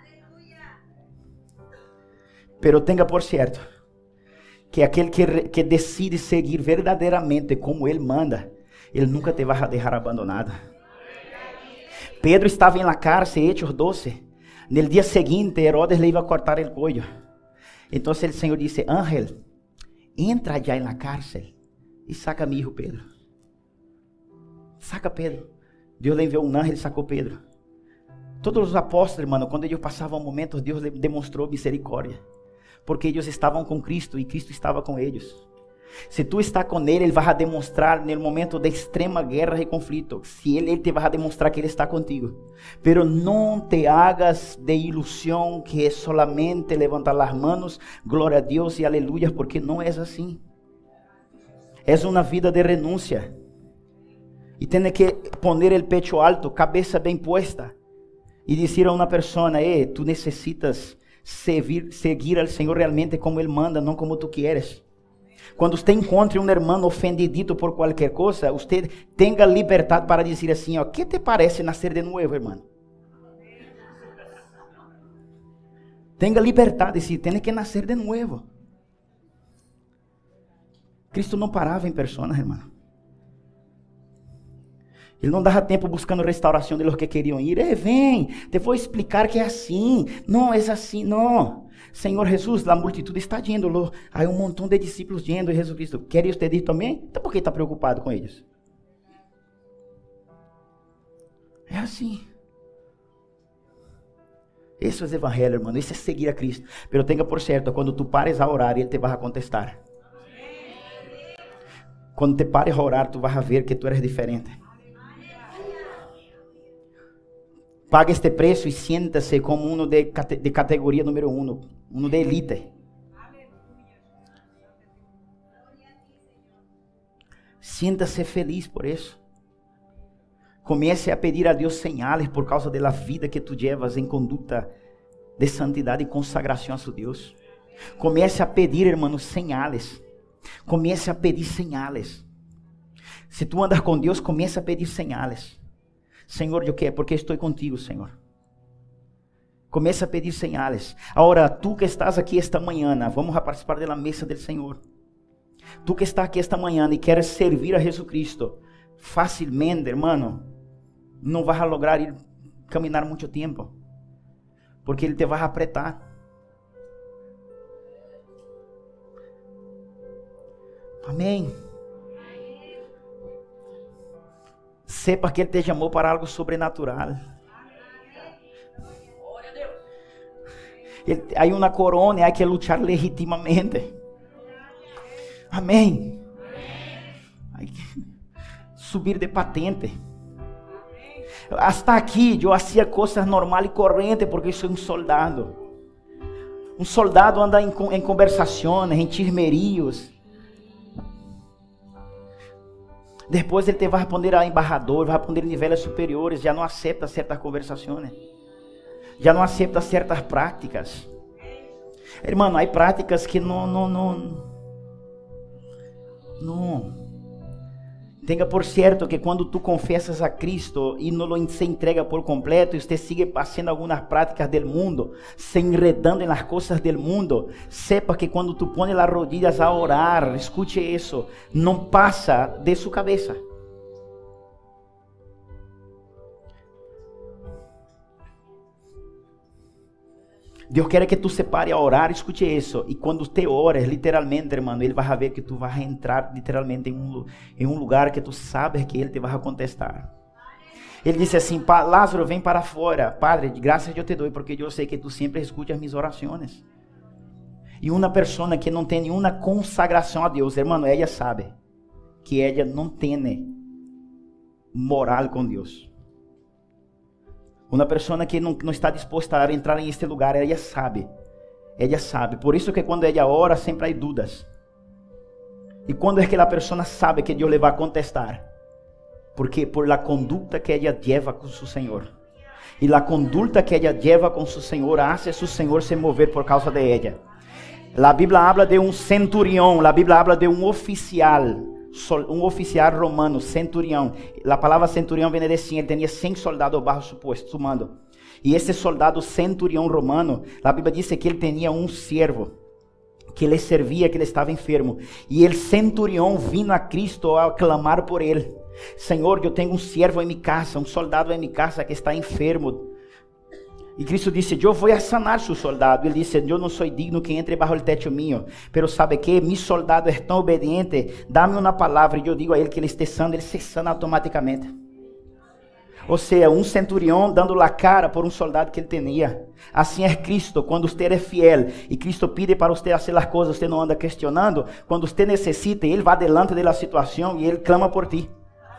Pero tenga por cierto que aquel que decide seguir verdaderamente como Él manda, Él nunca te va a dejar abandonada. Pedro estaba en la cárcel, Hechos 12. En el día siguiente, Herodes le iba a cortar el cuello. Entonces el Señor dice, Ángel, entra allá en la cárcel y saca a mi hijo Pedro. Saca a Pedro. Dios le envió un ángel y sacó a Pedro. Todos los apóstoles, hermano, cuando ellos pasaban momentos, Dios les demostró misericordia. Porque ellos estaban con Cristo y Cristo estaba con ellos. Si tú estás con Él, Él va a demostrar en el momento de extrema guerra y conflicto. Si Él te va a demostrar que Él está contigo. Pero no te hagas de ilusión que es solamente levantar las manos, gloria a Dios y aleluya, porque no es así. Es una vida de renuncia. Y tiene que poner el pecho alto, cabeza bien puesta. Y decir a una persona, tú necesitas seguir al Señor realmente como Él manda, no como tú quieres. Cuando usted encontre un hermano ofendidito por cualquier cosa, usted tenga libertad para decir así, ¿qué te parece nacer de nuevo, hermano? Tenga libertad de decir, tiene que nacer de nuevo. Cristo não parava em personas, hermano. Ele não dava tempo buscando restauração de los que queriam ir. Vem, te vou explicar que é assim. Não, é assim, não. Senhor Jesus, a multitud está yendo. Há um montão de discípulos yendo. E Jesus Cristo, quer usted ir também? Então por que está preocupado com eles? É assim. Esse é o evangelho, hermano. Isso é seguir a Cristo. Pero tenha por certo, quando tu pares a orar, Ele te vai a contestar. Quando te pares a orar, tu vas a ver que tu eres diferente. Paga este preço e sienta-se como uno de categoria número 1, uno de elite. Sienta-se feliz por isso. Comece a pedir a Deus señales por causa da vida que tu llevas em conduta de santidade e consagração a su Deus. Comece a pedir, hermanos, señales. Comece a pedir señales. Se tu andas com Deus, comece a pedir señales. Senhor, eu quero, porque estou contigo, Senhor. Comece a pedir señales. Agora, tu que estás aqui esta manhã, vamos a participar da mesa do Senhor. Tu que está aqui esta manhã e queres servir a Jesucristo, facilmente, hermano, não vas a lograr ir caminhar muito tempo, porque Ele te vai apretar. Amém. Sepa que Ele te chamou para algo sobrenatural. Há uma corona, há que lutar legitimamente. Amém. Hay que subir de patente. Hasta aqui eu hacía coisas normais e correntes porque sou um soldado. Um soldado anda em conversações, em chismerios. Depois ele te vai responder a embajador, vai responder em níveis superiores, já não aceita certas conversações, já não aceita certas práticas. Hermano, há práticas que não. Tenha por certo que quando tu confessas a Cristo e não se entrega por completo, e você sigue fazendo algumas práticas do mundo, se enredando nas coisas do mundo, sepa que quando tu pones as rodillas a orar, escute isso, não passa de sua cabeça. Deus quer que tu se pare a orar, escute isso. E quando te ores, literalmente, hermano, Ele vai ver que tu vai entrar literalmente em um lugar que tu sabes que Ele te vai contestar. Ele disse assim, Lázaro, vem para fora. Padre, de graças eu te dou, porque eu sei que tu sempre escutas minhas orações. E uma pessoa que não tem nenhuma consagração a Deus, hermano, ela sabe que ela não tem moral com Deus. Uma pessoa que não está disposta a entrar em este lugar, ela sabe. Ela sabe. Por isso que quando ela ora, sempre há dúvidas. E quando é que a pessoa sabe que Deus lhe vai contestar? Porque por la conducta que ella lleva con su Señor. Y la conducta que ella lleva con su Señor hace a su Señor se mover por causa de ella. La Biblia habla de un centurión, la Biblia habla de un oficial romano, centurión. La palabra centurión viene de 100, él tenía 100 soldados bajo su mando. Y ese soldado centurión romano, la Biblia dice que él tenía un siervo que le servía, que ele estava enfermo. E el centurión vino a Cristo a clamar por ele. Senhor, eu tenho um servo em minha casa, um soldado em minha casa que está enfermo. E Cristo disse, eu vou a sanar su soldado. Ele disse, eu não sou digno que entre bajo el techo mío. Pero sabe que mi soldado é tão obediente, dá-me uma palavra e eu digo a ele que ele esté sano, ele se sana automaticamente. Ou seja, um centurião dando a cara por um soldado que ele tinha. Assim é Cristo, quando você é fiel e Cristo pide para você fazer as coisas, você não anda questionando. Quando você necessita, ele vai delante da situação e ele clama por ti.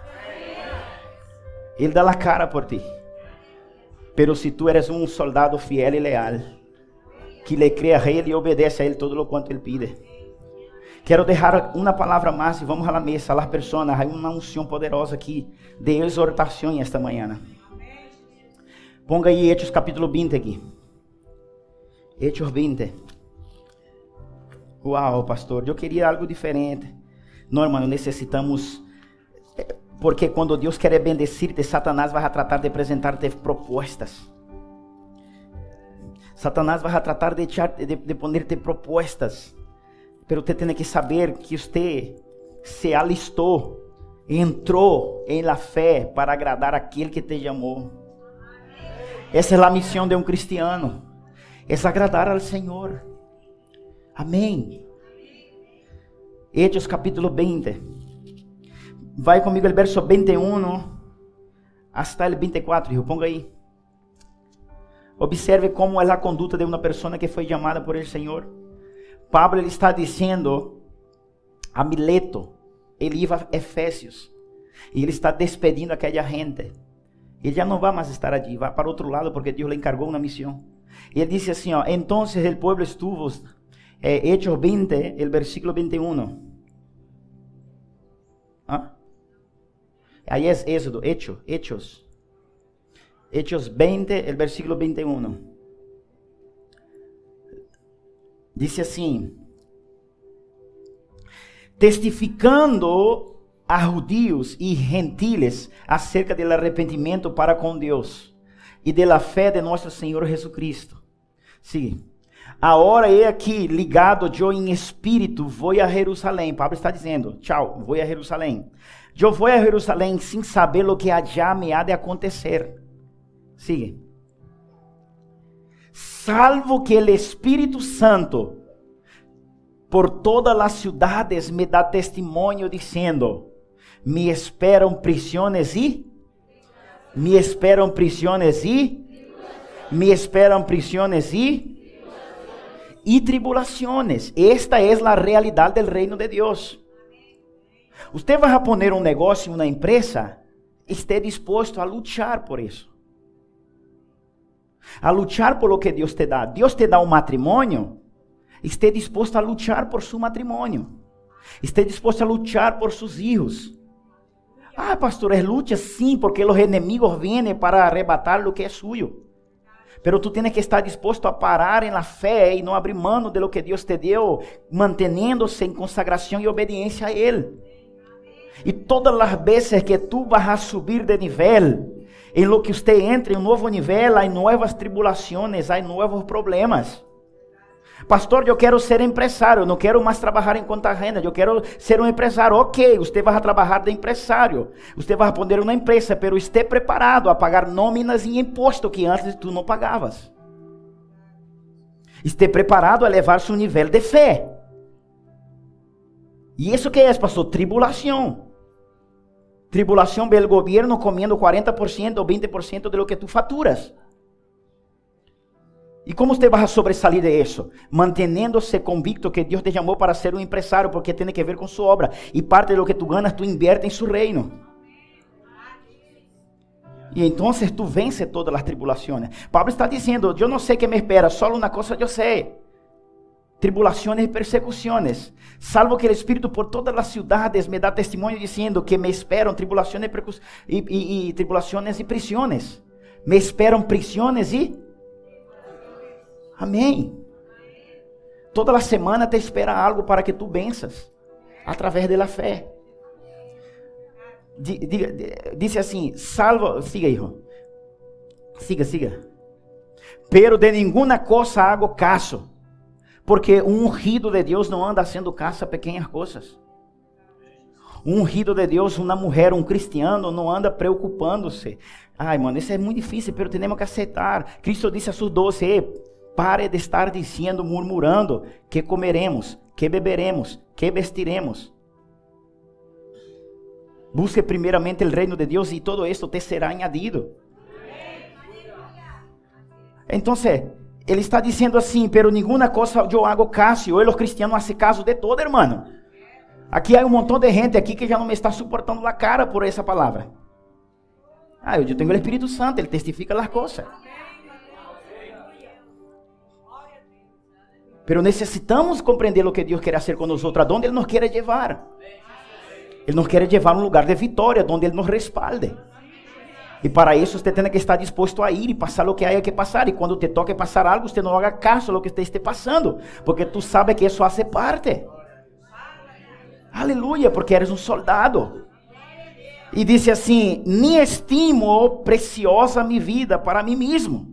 Ele dá a cara por ti. Pero se tu eres um soldado fiel e leal, que le cree a ele e obedece a ele todo o quanto ele pide. Quero deixar uma palavra mais e vamos à mesa, às pessoas. Há uma unção poderosa aqui de exortação esta manhã. Ponga aí Hechos capítulo 20 aqui. Hechos 20. Uau, pastor, eu queria algo diferente. Não, irmão, necessitamos... Porque quando Deus quer bendecir-te, Satanás vai tratar de apresentar-te propostas. Satanás vai tratar de poner-te propostas. Pero você tem que saber que você se alistou, entrou em la fé para agradar aquele que te chamou. Essa é a missão de um cristiano, é agradar ao Senhor. Amém. Hechos capítulo 20. Vai comigo o verso 21 hasta el 24, hijo. Ponga aí. Observe como é a conduta de uma pessoa que foi chamada por el Senhor. Pablo ele está dizendo a Mileto, ele ia a Efésios, e ele está despedindo aquela gente. Ele já não vai mais estar allí, vai para outro lado porque Deus lhe encargou uma missão. E ele disse assim, entonces el pueblo estuvo, Hechos 20, el versículo 21. Ahí es Éxodo, Hechos 20, el versículo 21. Dice assim, testificando a judíos e gentiles acerca do arrependimento para com Deus e da fé de nosso Senhor Jesucristo. Sim. Agora é aqui ligado eu em espírito vou a Jerusalém. Pablo está dizendo, tchau, vou a Jerusalém. Eu vou a Jerusalém sem saber o que allá me há de acontecer. Sigue. Salvo que o Espírito Santo por todas as cidades me dá testemunho dizendo, me esperam prisões e tribulações. Esta é a realidade do reino de Deus. Você vai a poner um negócio, uma empresa, esteja disposto a lutar por isso. A lutar por lo que Deus te dá. Deus te dá um matrimônio, esteja disposto a lutar por seu matrimônio. Esteja disposto a lutar por seus filhos. Ah, pastor, é luta sim, porque os inimigos vêm para arrebatar o que é suyo. Pero tu tienes que estar disposto a parar em la fé e não abrir mão de lo que Deus te deu, manteniendo-se em consagração e obediência a Ele. E todas as vezes que tu vas a subir de nível, em lo que você entra em um novo nível, há novas tribulações, há novos problemas. Pastor, eu quero ser empresário, não quero mais trabalhar em conta renda, eu quero ser um empresário. Ok, você vai trabalhar de empresário, você vai poner uma empresa, pero esteja preparado a pagar nóminas e imposto que antes tu não pagavas. Esteja preparado a levar seu nível de fé. E isso que é, pastor? Tribulação. Tribulação pelo governo comendo 40% ou 20% de lo que tu faturas. E como você vai sobresalir de isso? Mantendo-se convicto que Deus te chamou para ser um empresário, porque tem que ver com sua obra. E parte de lo que tu ganas, tu invierte em seu reino. E então tu vence todas as tribulações. Pablo está dizendo, eu não sei o que me espera, só uma coisa eu sei. tribulaciones y persecuciones, salvo que el Espíritu por todas las ciudades me da testimonio diciendo que me esperan tribulaciones y tribulaciones y prisiones. Me esperan prisiones y... Amém. Toda a semana te espera algo para que tu venças, através da fé. Diz assim, salva, siga hijo, siga. Pero de ninguna cosa hago caso, porque um ungido de Deus não anda haciendo caso a pequenas coisas. Um ungido de Deus, uma mulher, um cristiano, não anda preocupando-se. Ai, mano, isso é muito difícil, pero temos que aceitar. Cristo disse a seus 12, pare de estar dizendo, murmurando, que comeremos, que beberemos, que vestiremos. Busque primeiramente o reino de Deus e todo esto te será añadido. Então, ele está dizendo assim, pero ninguna cosa eu hago caso. Hoje os cristianos hacen caso de todo, hermano. Aqui há um montão de gente aqui que já não me está suportando a cara por essa palavra. Eu tenho o Espírito Santo, ele testifica as coisas. Pero necessitamos compreender o que Deus quer fazer com nós, aonde Ele nos quer levar. Ele nos quer levar a um lugar de vitória, onde Ele nos respalde. E para isso você tem que estar disposto a ir e passar o que há que passar. E quando te toque passar algo, você não haga caso a lo que te esteja passando, porque tu sabes que isso faz parte. Aleluia, porque eres um soldado. E disse assim: nem estimo preciosa minha vida para mim mesmo.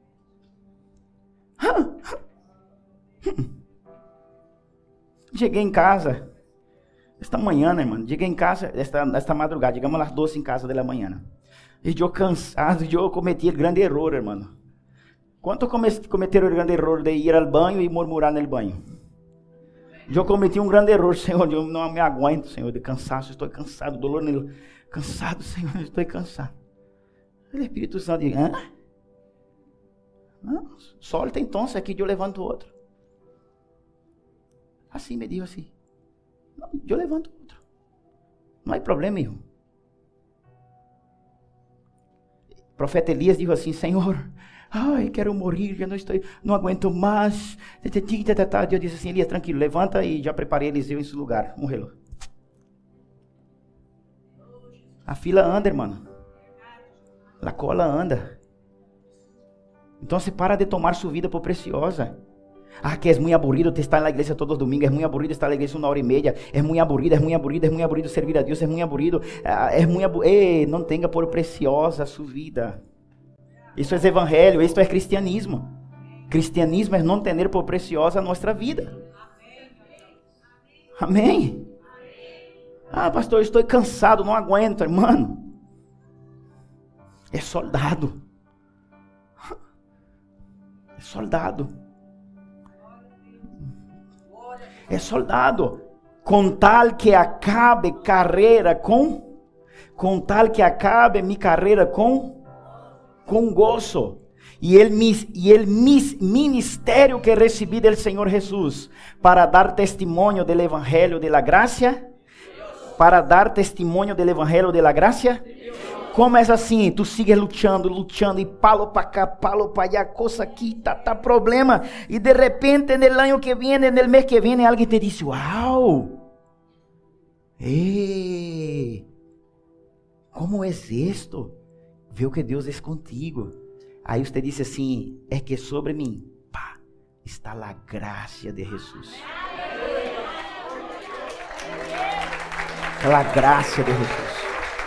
Cheguei em casa esta manhã, né, mano? Cheguei em casa esta madrugada, chegamos às 12 em casa da manhã. E eu cansado, eu cometi o grande erro, hermano. Quanto cometeram o grande erro de ir ao banho e murmurar no banho? Eu cometi um grande erro, Senhor, eu não me aguento, Senhor, de cansaço, estou cansado, dolor no... Cansado, Senhor, estou cansado. O Espírito Santo diz, não, solta então, aqui eu levanto outro. Assim me disse assim, não, eu levanto outro. Não há problema, irmão. O profeta Elias disse assim, Senhor, quero morrer, já não aguento mais. Eu disse assim, Elias, tranquilo, levanta e já preparei Eliseu em seu lugar, um relógio. A fila anda, irmão. A cola anda. Então se para de tomar sua vida por preciosa. Que é muito aburrido estar na igreja todos os domingos, é muito aburrido estar na igreja 1h30, é muito aburrido servir a Deus, é muito aburrido, não tenha por preciosa sua vida. Isso é evangelho, isso é cristianismo. Cristianismo é não ter por preciosa a nossa vida. Amém? Pastor, eu estou cansado, não aguento, irmão. É soldado. É soldado. É soldado. Com tal que acabe carreira com tal que acabe minha carreira com gozo. E el ministério que recebi do Senhor Jesus para dar testemunho do Evangelho de la graça. Para dar testemunho do Evangelho de la graça. Como é assim? Tu sigues lutando e palo para cá, palo para allá, coisa aqui, tá problema. E de repente, no ano que vem, no mês que vem, alguém te diz, uau! Como é isto? Vê o que Deus é contigo. Aí você diz assim, é que sobre mim, está a graça de Jesus. A graça de Jesus.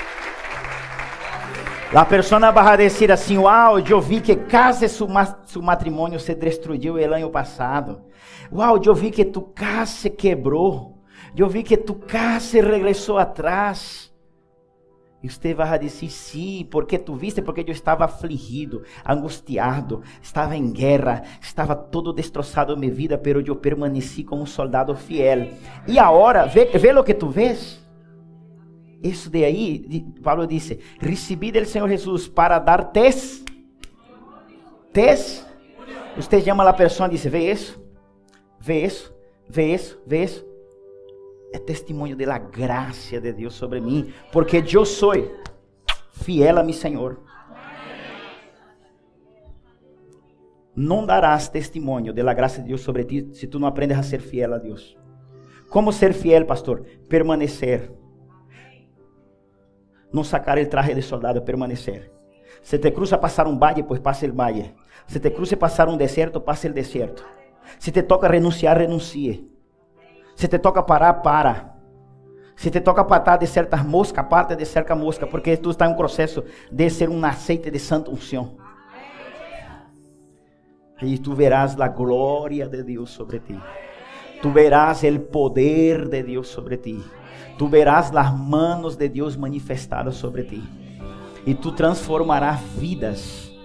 A pessoa vai dizer assim, uau, eu vi que casi su matrimônio se destruiu o ano passado. Uau, eu vi que tu casa se quebrou. Eu vi que tu casa se regressou atrás. E você vai dizer, sim, porque tu viste, porque eu estava afligido, angustiado, estava em guerra, estava todo destroçado minha vida, pero eu permaneci como um soldado fiel. E agora, vê o que tu vês? Isso de aí, Paulo disse, recebi do Senhor Jesus para dar Você chama a pessoa e diz, vê isso. É testemunho da graça de Deus sobre mim, porque eu sou fiel a meu Senhor. no darás testimonio de la gracia de Dios sobre ti si tú no aprendes a ser fiel a Dios. ¿Cómo ser fiel, pastor? Permanecer. No sacar el traje de soldado, permanecer. Se te cruza pasar un valle, pues pase el valle. Se te cruce pasar un desierto, pase el desierto. Se te toca renunciar, renuncie. Se te toca parar, para. Se te toca apartar de certas moscas, aparte de cerca mosca, porque tú estás en un proceso de ser un aceite de santa unción. Y tú verás la gloria de Dios sobre ti. Tú verás el poder de Dios sobre ti. Tú verás las manos de Dios manifestadas sobre ti. Y tú transformarás vidas.